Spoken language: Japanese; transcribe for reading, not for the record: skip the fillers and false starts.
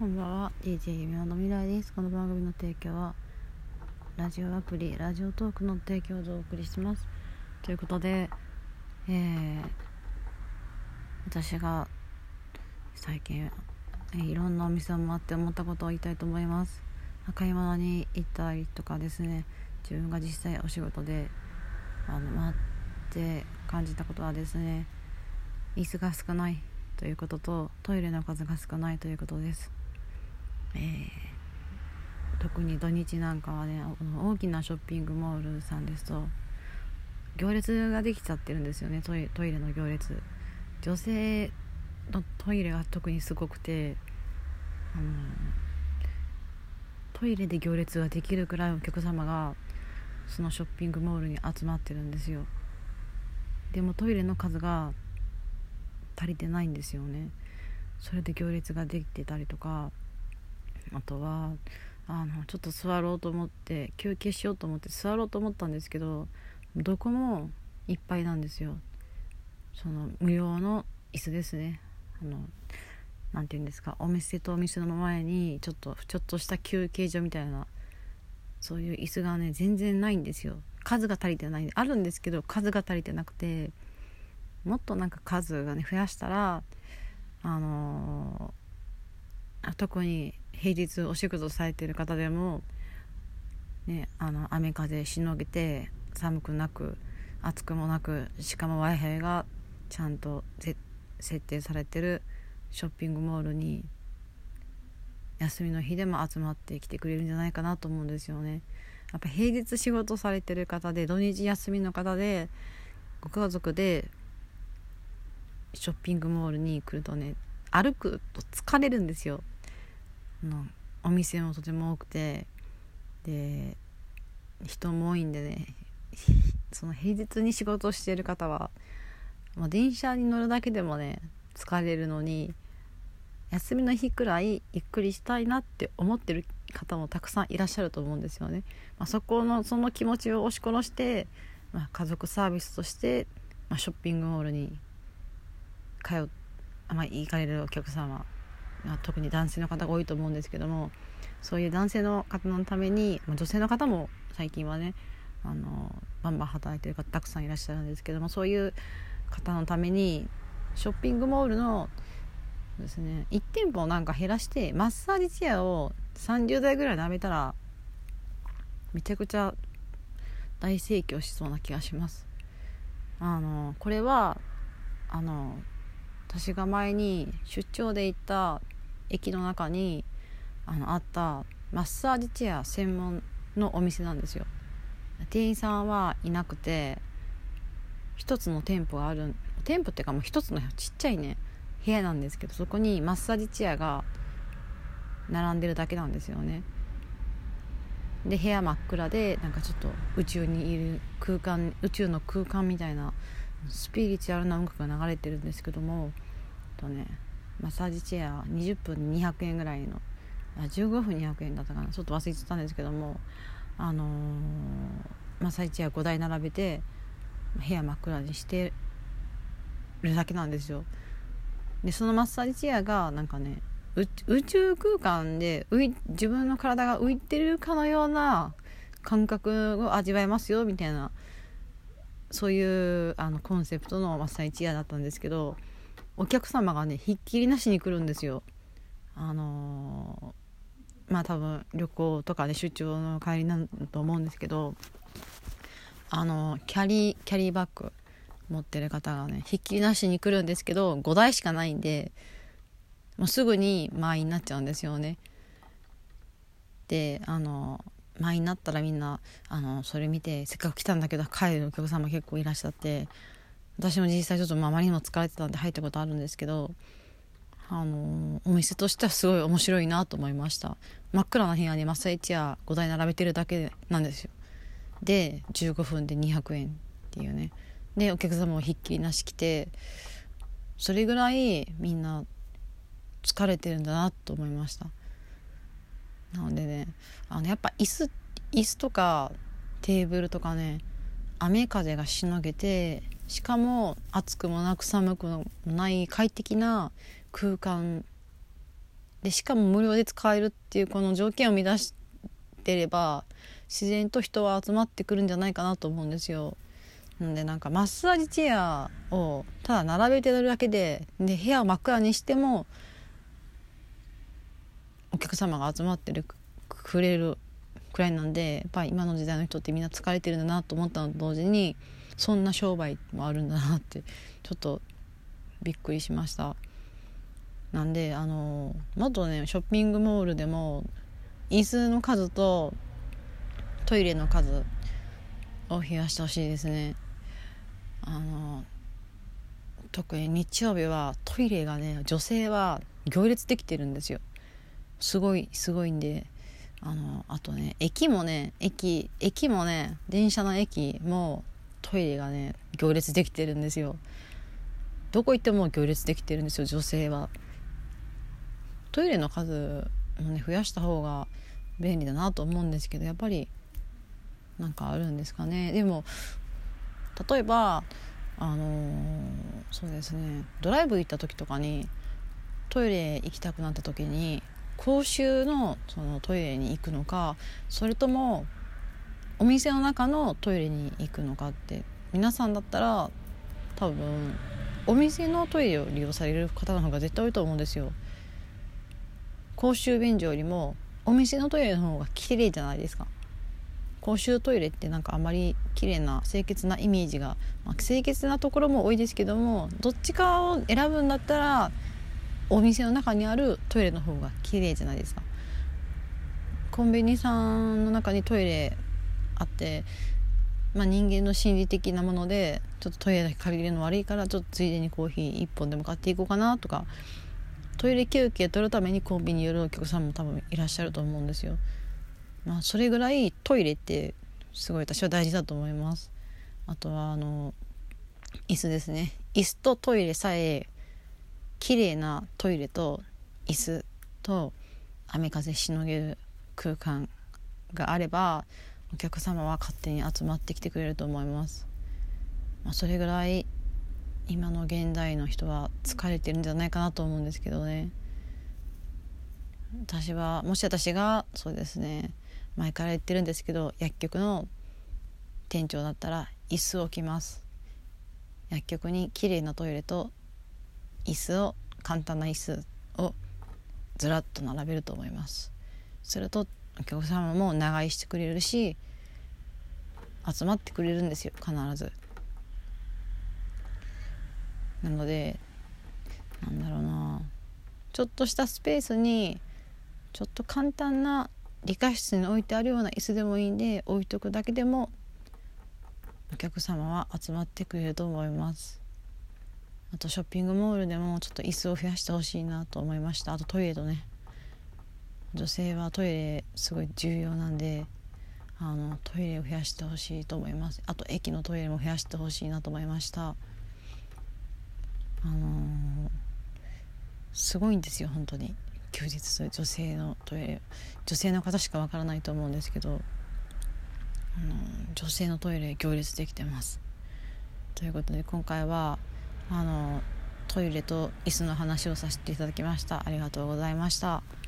こんばんは、 DJ ゆみおの未来です。この番組の提供はラジオアプリラジオトークの提供でお送りします。ということで、私が最近いろんなお店を回って思ったことを言いたいと思います。買い物に行ったりとかですね、自分が実際お仕事で回って感じたことはですね、椅子が少ないということとトイレの数が少ないということです。特に土日なんかはね、大きなショッピングモールさんですと行列ができちゃってるんですよね。トイレの行列、女性のトイレが特にすごくて、トイレで行列ができるくらいお客様がそのショッピングモールに集まってるんですよ。でもトイレの数が足りてないんですよね。それで行列ができてたりとか、あとはちょっと座ろうと思って休憩しようと思って座ろうと思ったんですけど、どこもいっぱいなんですよ。その無料の椅子ですね。なんていうんですか、お店とお店の前にちょっとした休憩所みたいな、そういう椅子がね全然ないんですよ。数が足りてない、あるんですけど数が足りてなくて、もっとなんか数がね増やしたら、特に平日お仕事されている方でもね、雨風しのげて寒くなく暑くもなく、しかも Wi-Fi がちゃんと設定されてるショッピングモールに休みの日でも集まってきてくれるんじゃないかなと思うんですよね。やっぱ平日仕事されてる方で土日休みの方でご家族でショッピングモールに来るとね、歩くと疲れるんですよ。お店もとても多くて、で人も多いんでね、その平日に仕事をしている方はもう電車に乗るだけでもね疲れるのに、休みの日くらいゆっくりしたいなって思ってる方もたくさんいらっしゃると思うんですよね。その気持ちを押し殺して、家族サービスとして、ショッピングモールに行かれるお客様、特に男性の方が多いと思うんですけども、そういう男性の方のために、女性の方も最近はねバンバン働いてる方たくさんいらっしゃるんですけども、そういう方のためにショッピングモールのですね1店舗なんか減らしてマッサージチェアを30台ぐらい並べたらめちゃくちゃ大盛況しそうな気がします。これは私が前に出張で行った駅の中にあったマッサージチェア専門のお店なんですよ。店員さんはいなくて、一つの店舗っていうかもう一つのちっちゃいね部屋なんですけど、そこにマッサージチェアが並んでるだけなんですよね。で部屋真っ暗で、なんかちょっと宇宙にいる空間、宇宙の空間みたいなスピリチュアルな音楽が流れてるんですけども、マッサージチェア20分に200円ぐらいの、15分200円だったかな、ちょっと忘れちゃったんですけども、マッサージチェア5台並べて部屋真っ暗にしてるだけなんですよ。でそのマッサージチェアがなんかね、宇宙空間で自分の体が浮いてるかのような感覚を味わえますよみたいな、そういうコンセプトのマッサージチェアだったんですけど、お客様がねひっきりなしに来るんですよ。多分旅行とかで出張の帰りなんだと思うんですけど、キャリーバッグ持ってる方がねひっきりなしに来るんですけど、5台しかないんでもうすぐに満員になっちゃうんですよね。で満員になったらみんなそれ見てせっかく来たんだけど帰るお客様結構いらっしゃって、私も実際ちょっとあまりにも疲れてたんで入ったことあるんですけど、お店としてはすごい面白いなと思いました。真っ暗な部屋にマッサージチェア5台並べてるだけなんですよ。で15分で200円っていうね。でお客様もひっきりなし来て、それぐらいみんな疲れてるんだなと思いました。なのでね、やっぱ椅子とかテーブルとかね、雨風がしのげて、しかも暑くもなく寒くもない快適な空間でしかも無料で使えるっていうこの条件を満たしてれば自然と人は集まってくるんじゃないかなと思うんですよ。なんでなんかマッサージチェアをただ並べてるだけで部屋を真っ暗にしてもお客様が集まってくれるくらいなんで、やっぱり今の時代の人ってみんな疲れてるんだなと思ったのと同時に、そんな商売もあるんだなってちょっとびっくりしました。なんでもっとね、ショッピングモールでも椅子の数とトイレの数を増やしてほしいですね。特に日曜日はトイレがね、女性は行列できてるんですよ。すごいんで、あとね、駅もね、電車の駅もトイレがね行列できてるんですよ。どこ行っても行列できてるんですよ、女性は。トイレの数もね増やした方が便利だなと思うんですけど、やっぱりなんかあるんですかね。でも例えばそうですね、ドライブ行った時とかにトイレ行きたくなった時に公衆のそのトイレに行くのか、それともお店の中のトイレに行くのかって、皆さんだったら多分お店のトイレを利用される方の方が絶対多いと思うんですよ。公衆便所よりもお店のトイレの方が綺麗じゃないですか。公衆トイレってなんかあまり綺麗な清潔なイメージが、清潔なところも多いですけども、どっちかを選ぶんだったらお店の中にあるトイレの方が綺麗じゃないですか。コンビニさんの中にトイレあって、人間の心理的なものでちょっとトイレだけ借りるの悪いから、ちょっとついでにコーヒー1本でも買っていこうかなとか、トイレ休憩取るためにコンビニ寄るお客さんも多分いらっしゃると思うんですよ。それぐらいトイレってすごい私は大事だと思います。あとは椅子ですね。椅子とトイレさえ綺麗なトイレと椅子と雨風しのげる空間があれば、お客様は勝手に集まってきてくれると思います。それぐらい今の現代の人は疲れてるんじゃないかなと思うんですけどね。もし私がそうですね、前から言ってるんですけど、薬局の店長だったら椅子を置きます。薬局に綺麗なトイレと簡単な椅子をずらっと並べると思います。するとお客様も長居してくれるし、集まってくれるんですよ、必ず。なのでちょっとしたスペースにちょっと簡単な理科室に置いてあるような椅子でもいいんで置いとくだけでもお客様は集まってくれると思います。あとショッピングモールでもちょっと椅子を増やしてほしいなと思いました。あとトイレとね、女性はトイレすごい重要なんで、トイレを増やしてほしいと思います。あと駅のトイレも増やしてほしいなと思いました。すごいんですよ本当に。休日女性のトイレ、女性の方しかわからないと思うんですけど、女性のトイレ行列できてます。ということで今回はトイレと椅子の話をさせていただきました。ありがとうございました。